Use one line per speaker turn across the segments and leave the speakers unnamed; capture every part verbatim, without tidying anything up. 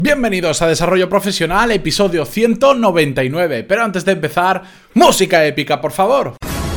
Bienvenidos a Desarrollo Profesional, episodio ciento noventa y nueve. Pero antes de empezar, música épica, por favor.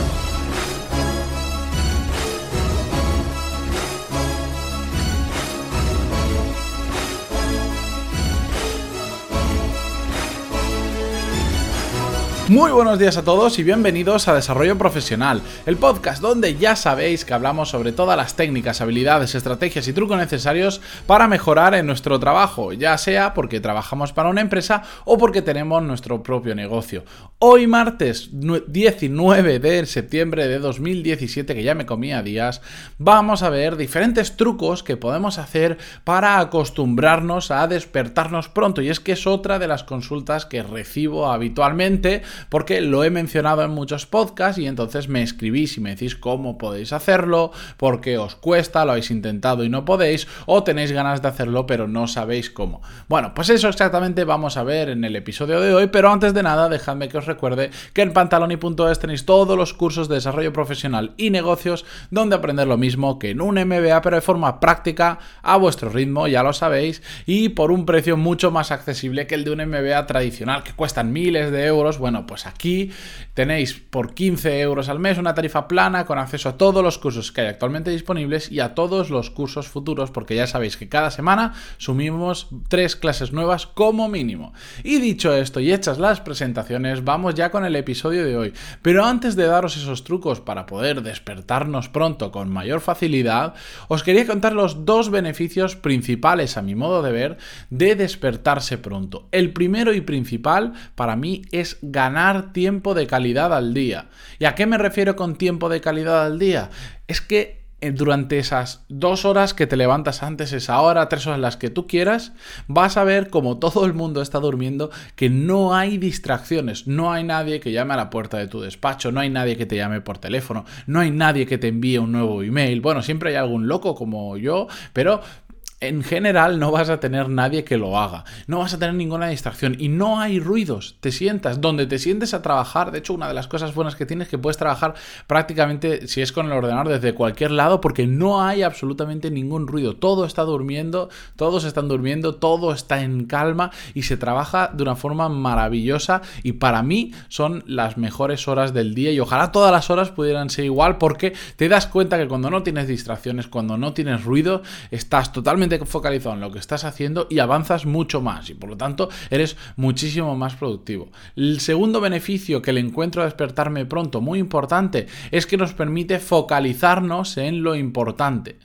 Muy buenos días a todos y bienvenidos a Desarrollo Profesional, el podcast donde ya sabéis que hablamos sobre todas las técnicas, habilidades, estrategias y trucos necesarios para mejorar en nuestro trabajo, ya sea porque trabajamos para una empresa o porque tenemos nuestro propio negocio. Hoy martes diecinueve de septiembre de dos mil diecisiete, que ya me comía días, vamos a ver diferentes trucos que podemos hacer para acostumbrarnos a despertarnos pronto, y es que es otra de las consultas que recibo habitualmente, porque lo he mencionado en muchos podcasts y entonces me escribís y me decís cómo podéis hacerlo, por qué os cuesta, lo habéis intentado y no podéis, o tenéis ganas de hacerlo pero no sabéis cómo. Bueno, pues eso exactamente vamos a ver en el episodio de hoy, pero antes de nada dejadme que os recuerde que en pantaloni punto es tenéis todos los cursos de desarrollo profesional y negocios donde aprender lo mismo que en un M B A, pero de forma práctica, a vuestro ritmo, ya lo sabéis, y por un precio mucho más accesible que el de un M B A tradicional que cuestan miles de euros. Bueno, pues aquí tenéis por quince euros al mes una tarifa plana con acceso a todos los cursos que hay actualmente disponibles y a todos los cursos futuros, porque ya sabéis que cada semana subimos tres clases nuevas como mínimo. Y dicho esto y hechas las presentaciones, vamos ya con el episodio de hoy. Pero antes de daros esos trucos para poder despertarnos pronto con mayor facilidad, os quería contar los dos beneficios principales, a mi modo de ver, de despertarse pronto. El primero y principal para mí es ganar ganar tiempo de calidad al día. ¿Y a qué me refiero con tiempo de calidad al día? Es que durante esas dos horas que te levantas antes, esa hora, tres horas, las que tú quieras, vas a ver, como todo el mundo está durmiendo, que no hay distracciones, no hay nadie que llame a la puerta de tu despacho, no hay nadie que te llame por teléfono, no hay nadie que te envíe un nuevo email. Bueno, siempre hay algún loco como yo, pero en general no vas a tener nadie que lo haga, no vas a tener ninguna distracción y no hay ruidos. Te sientas donde te sientes a trabajar. De hecho, una de las cosas buenas que tienes es que puedes trabajar prácticamente, si es con el ordenador, desde cualquier lado, porque no hay absolutamente ningún ruido. Todo está durmiendo, todos están durmiendo, todo está en calma y se trabaja de una forma maravillosa, y para mí son las mejores horas del día, y ojalá todas las horas pudieran ser igual, porque te das cuenta que cuando no tienes distracciones, cuando no tienes ruido, estás totalmente focalizado en lo que estás haciendo y avanzas mucho más, y por lo tanto eres muchísimo más productivo. El segundo beneficio que le encuentro a despertarme pronto, muy importante, es que nos permite focalizarnos en lo importante.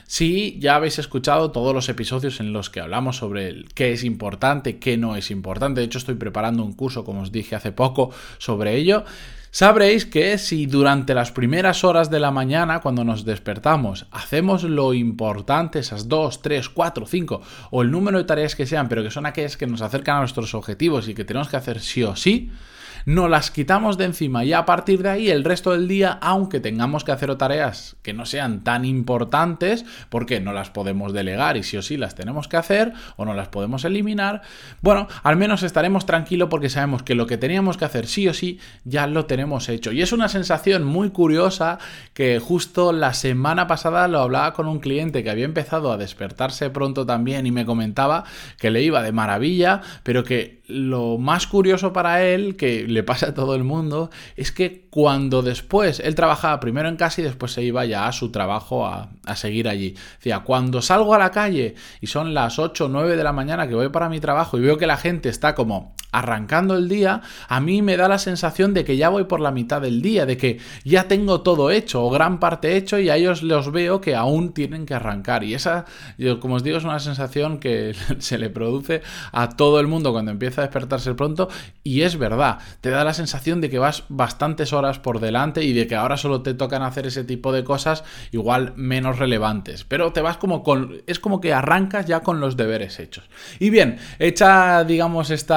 Si ya habéis escuchado todos los episodios en los que hablamos sobre el qué es importante, qué no es importante, de hecho estoy preparando un curso, como os dije hace poco, sobre ello. Sabréis que si durante las primeras horas de la mañana, cuando nos despertamos, hacemos lo importante, esas dos, tres, cuatro, cinco o el número de tareas que sean, pero que son aquellas que nos acercan a nuestros objetivos y que tenemos que hacer sí o sí, nos las quitamos de encima, y a partir de ahí el resto del día, aunque tengamos que hacer tareas que no sean tan importantes, porque no las podemos delegar y sí o sí las tenemos que hacer, o no las podemos eliminar, bueno, al menos estaremos tranquilos porque sabemos que lo que teníamos que hacer sí o sí ya lo tenemos hecho. Y es una sensación muy curiosa que justo la semana pasada lo hablaba con un cliente que había empezado a despertarse pronto también y me comentaba que le iba de maravilla, pero que lo más curioso para él, que le pasa a todo el mundo, es que cuando después él trabajaba primero en casa y después se iba ya a su trabajo a, a seguir allí. Decía, cuando salgo a la calle y son las ocho o nueve de la mañana que voy para mi trabajo y veo que la gente está como arrancando el día, a mí me da la sensación de que ya voy por la mitad del día, de que ya tengo todo hecho o gran parte hecho, y a ellos los veo que aún tienen que arrancar. Y esa, yo, como os digo, es una sensación que se le produce a todo el mundo cuando empieza a despertarse pronto, y es verdad, te da la sensación de que vas bastantes horas por delante y de que ahora solo te tocan hacer ese tipo de cosas igual menos relevantes, pero te vas como con, es como que arrancas ya con los deberes hechos. Y bien, hecha digamos esta breve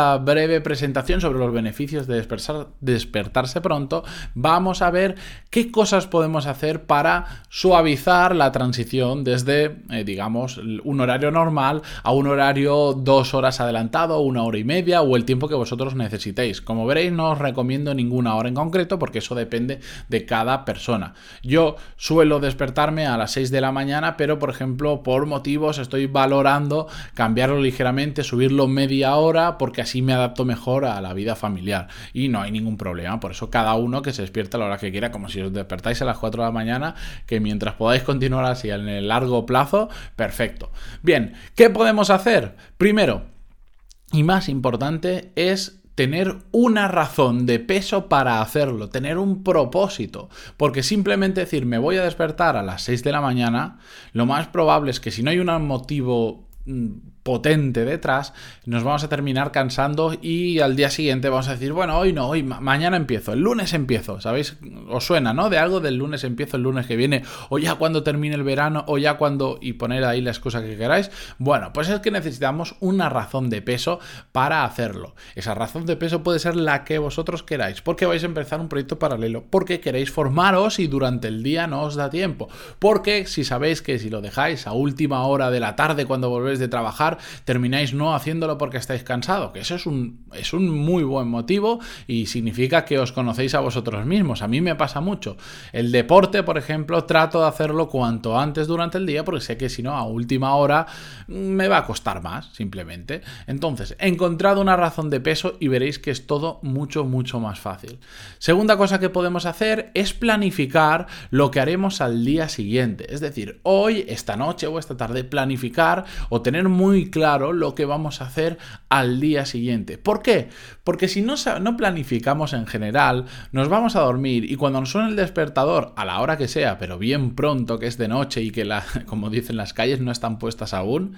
breve presentación sobre los beneficios de despertar, despertarse pronto, vamos a ver qué cosas podemos hacer para suavizar la transición desde, eh, digamos, un horario normal a un horario dos horas adelantado, una hora y media o el tiempo que vosotros necesitéis. Como veréis, no os recomiendo ninguna hora en concreto porque eso depende de cada persona. Yo suelo despertarme a las seis de la mañana, pero por ejemplo, por motivos estoy valorando cambiarlo ligeramente, subirlo media hora, porque así me adapto mejor a la vida familiar y no hay ningún problema. Por eso cada uno que se despierte a la hora que quiera, como si os despertáis a las cuatro de la mañana, que mientras podáis continuar así en el largo plazo, perfecto. Bien, ¿qué podemos hacer? Primero, y más importante, es tener una razón de peso para hacerlo, tener un propósito, porque simplemente decir me voy a despertar a las seis de la mañana, lo más probable es que si no hay un motivo potente detrás, nos vamos a terminar cansando y al día siguiente vamos a decir, bueno, hoy no, hoy ma- mañana empiezo, el lunes empiezo, ¿sabéis? Os suena, ¿no? De algo del lunes empiezo, el lunes que viene, o ya cuando termine el verano, o ya cuando... y poner ahí la excusa que queráis. Bueno, pues es que necesitamos una razón de peso para hacerlo. Esa razón de peso puede ser la que vosotros queráis, porque vais a empezar un proyecto paralelo, porque queréis formaros y durante el día no os da tiempo, porque si sabéis que si lo dejáis a última hora de la tarde cuando volvéis de trabajar, termináis no haciéndolo porque estáis cansados, que eso es un, es un muy buen motivo y significa que os conocéis a vosotros mismos. A mí me pasa mucho. El deporte, por ejemplo, trato de hacerlo cuanto antes durante el día porque sé que si no, a última hora me va a costar más, simplemente. Entonces, encontrad una razón de peso y veréis que es todo mucho, mucho más fácil. Segunda cosa que podemos hacer es planificar lo que haremos al día siguiente. Es decir, hoy, esta noche o esta tarde, planificar o tener muy claro lo que vamos a hacer al día siguiente. ¿Por qué? Porque si no, no planificamos en general, nos vamos a dormir y cuando nos suene el despertador, a la hora que sea, pero bien pronto, que es de noche y que, la, como dicen, las calles no están puestas aún,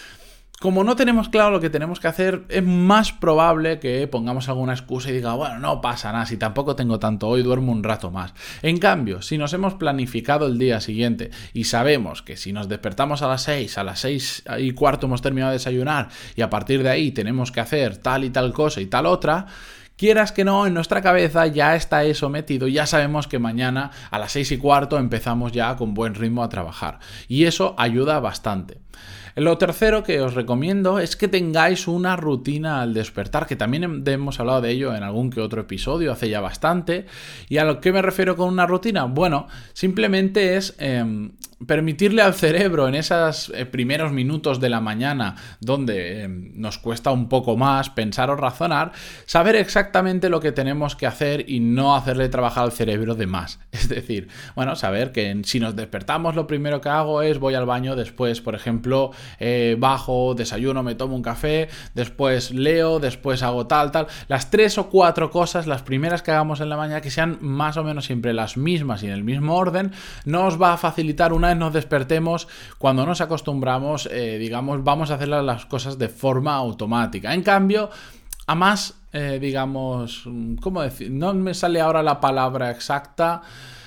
como no tenemos claro lo que tenemos que hacer, es más probable que pongamos alguna excusa y diga, bueno, no pasa nada, si tampoco tengo tanto hoy, duermo un rato más. En cambio, si nos hemos planificado el día siguiente y sabemos que si nos despertamos a las seis, a las seis y cuarto hemos terminado de desayunar y a partir de ahí tenemos que hacer tal y tal cosa y tal otra, quieras que no, en nuestra cabeza ya está eso metido, ya sabemos que mañana a las seis y cuarto empezamos ya con buen ritmo a trabajar y eso ayuda bastante. Lo tercero que os recomiendo es que tengáis una rutina al despertar, que también hemos hablado de ello en algún que otro episodio hace ya bastante. ¿Y a lo que me refiero con una rutina? Bueno, simplemente es eh, permitirle al cerebro en esos eh, primeros minutos de la mañana donde eh, nos cuesta un poco más pensar o razonar, saber exactamente lo que tenemos que hacer y no hacerle trabajar al cerebro de más. Es decir, bueno, saber que si nos despertamos lo primero que hago es voy al baño, después, por ejemplo, Eh, bajo, desayuno, me tomo un café, después leo, después hago tal, tal. Las tres o cuatro cosas, las primeras que hagamos en la mañana, que sean más o menos siempre las mismas y en el mismo orden, nos va a facilitar una vez nos despertemos, cuando nos acostumbramos, eh, digamos, vamos a hacer las cosas de forma automática. En cambio, a más, eh, digamos, ¿cómo decir? No me sale ahora la palabra exacta,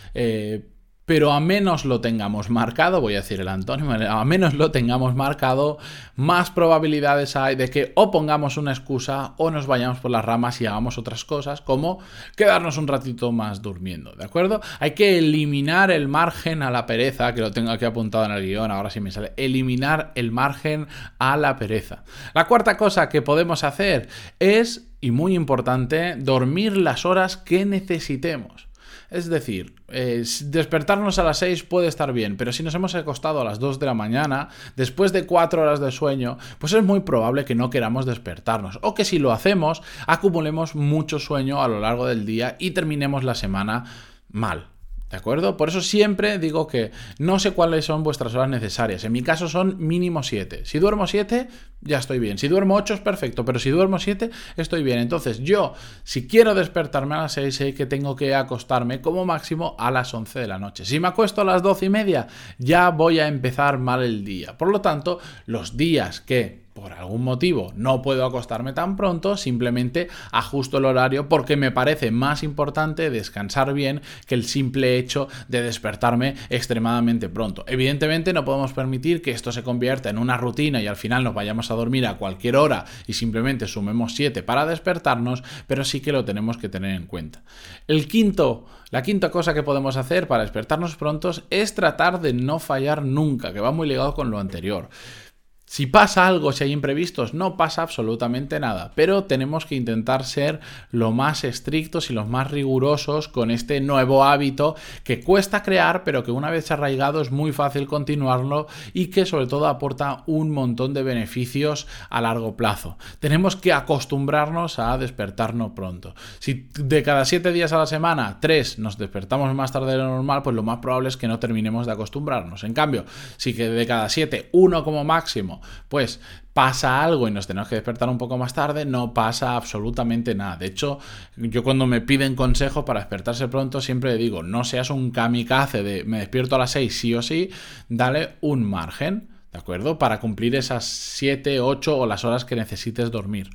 eh, pero a menos lo tengamos marcado, voy a decir el antónimo, a menos lo tengamos marcado, más probabilidades hay de que o pongamos una excusa o nos vayamos por las ramas y hagamos otras cosas, como quedarnos un ratito más durmiendo, ¿de acuerdo? Hay que eliminar el margen a la pereza, que lo tengo aquí apuntado en el guión, ahora sí me sale, eliminar el margen a la pereza. La cuarta cosa que podemos hacer es, y muy importante, dormir las horas que necesitemos. Es decir, eh, despertarnos a las seis puede estar bien, pero si nos hemos acostado a las dos de la mañana, después de cuatro horas de sueño, pues es muy probable que no queramos despertarnos, o que si lo hacemos, acumulemos mucho sueño a lo largo del día y terminemos la semana mal. ¿De acuerdo? Por eso siempre digo que no sé cuáles son vuestras horas necesarias. En mi caso son mínimo siete. Si duermo siete, ya estoy bien. Si duermo ocho es perfecto, pero si duermo siete, estoy bien. Entonces yo, si quiero despertarme a las seis, sé que tengo que acostarme como máximo a las once de la noche. Si me acuesto a las doce y media, ya voy a empezar mal el día. Por lo tanto, los días que por algún motivo no puedo acostarme tan pronto, simplemente ajusto el horario porque me parece más importante descansar bien que el simple hecho de despertarme extremadamente pronto. Evidentemente no podemos permitir que esto se convierta en una rutina y al final nos vayamos a dormir a cualquier hora y simplemente sumemos siete para despertarnos, pero sí que lo tenemos que tener en cuenta. El quinto, la quinta cosa que podemos hacer para despertarnos prontos es tratar de no fallar nunca, que va muy ligado con lo anterior. Si pasa algo, si hay imprevistos, no pasa absolutamente nada, pero tenemos que intentar ser lo más estrictos y los más rigurosos con este nuevo hábito que cuesta crear, pero que una vez arraigado es muy fácil continuarlo y que sobre todo aporta un montón de beneficios a largo plazo. Tenemos que acostumbrarnos a despertarnos pronto. Si de cada siete días a la semana, tres nos despertamos más tarde de lo normal, pues lo más probable es que no terminemos de acostumbrarnos. En cambio, si que de cada siete, uno como máximo, pues pasa algo y nos tenemos que despertar un poco más tarde, no pasa absolutamente nada. De hecho, yo cuando me piden consejos para despertarse pronto, siempre digo, no seas un kamikaze de me despierto a las seis sí o sí, dale un margen, ¿de acuerdo? Para cumplir esas siete, ocho o las horas que necesites dormir.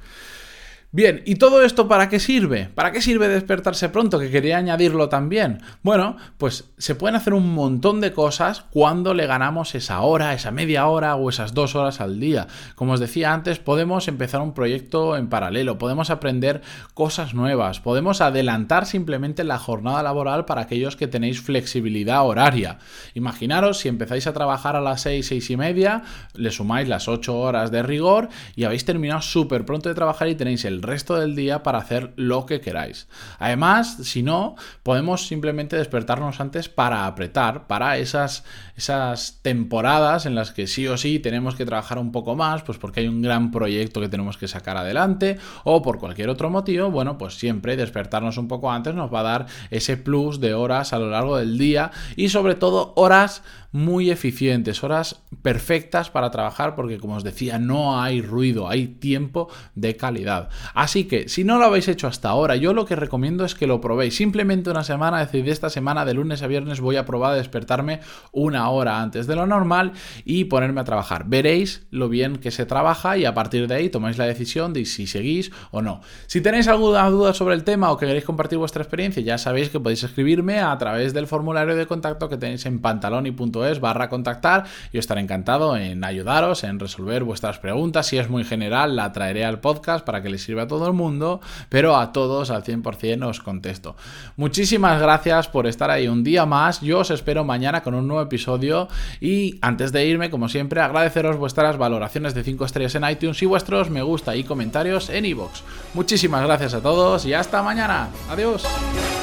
Bien, ¿y todo esto para qué sirve? ¿Para qué sirve despertarse pronto? Que quería añadirlo también. Bueno, pues se pueden hacer un montón de cosas cuando le ganamos esa hora, esa media hora o esas dos horas al día. Como os decía antes, podemos empezar un proyecto en paralelo, podemos aprender cosas nuevas, podemos adelantar simplemente la jornada laboral para aquellos que tenéis flexibilidad horaria. Imaginaros si empezáis a trabajar a las seis, seis y media, le sumáis las ocho horas de rigor y habéis terminado súper pronto de trabajar y tenéis el resto del día para hacer lo que queráis. Además, si no, podemos simplemente despertarnos antes para apretar, para esas, esas temporadas en las que sí o sí tenemos que trabajar un poco más, pues porque hay un gran proyecto que tenemos que sacar adelante o por cualquier otro motivo. Bueno, pues siempre despertarnos un poco antes nos va a dar ese plus de horas a lo largo del día y sobre todo horas muy eficientes, horas perfectas para trabajar porque, como os decía, no hay ruido, hay tiempo de calidad. Así que, si no lo habéis hecho hasta ahora, yo lo que recomiendo es que lo probéis simplemente una semana, es decir, de esta semana de lunes a viernes voy a probar a despertarme una hora antes de lo normal y ponerme a trabajar. Veréis lo bien que se trabaja y a partir de ahí tomáis la decisión de si seguís o no. Si tenéis alguna duda sobre el tema o que queréis compartir vuestra experiencia, ya sabéis que podéis escribirme a través del formulario de contacto que tenéis en pantaloni punto es barra contactar. Yo estaré encantado en ayudaros, en resolver vuestras preguntas. Si es muy general, la traeré al podcast para que les sirva a todo el mundo, pero a todos al cien por ciento os contesto. Muchísimas gracias por estar ahí un día más. Yo os espero mañana con un nuevo episodio y antes de irme, como siempre, agradeceros vuestras valoraciones de cinco estrellas en iTunes y vuestros me gusta y comentarios en iVoox. Muchísimas gracias a todos y hasta mañana. Adiós.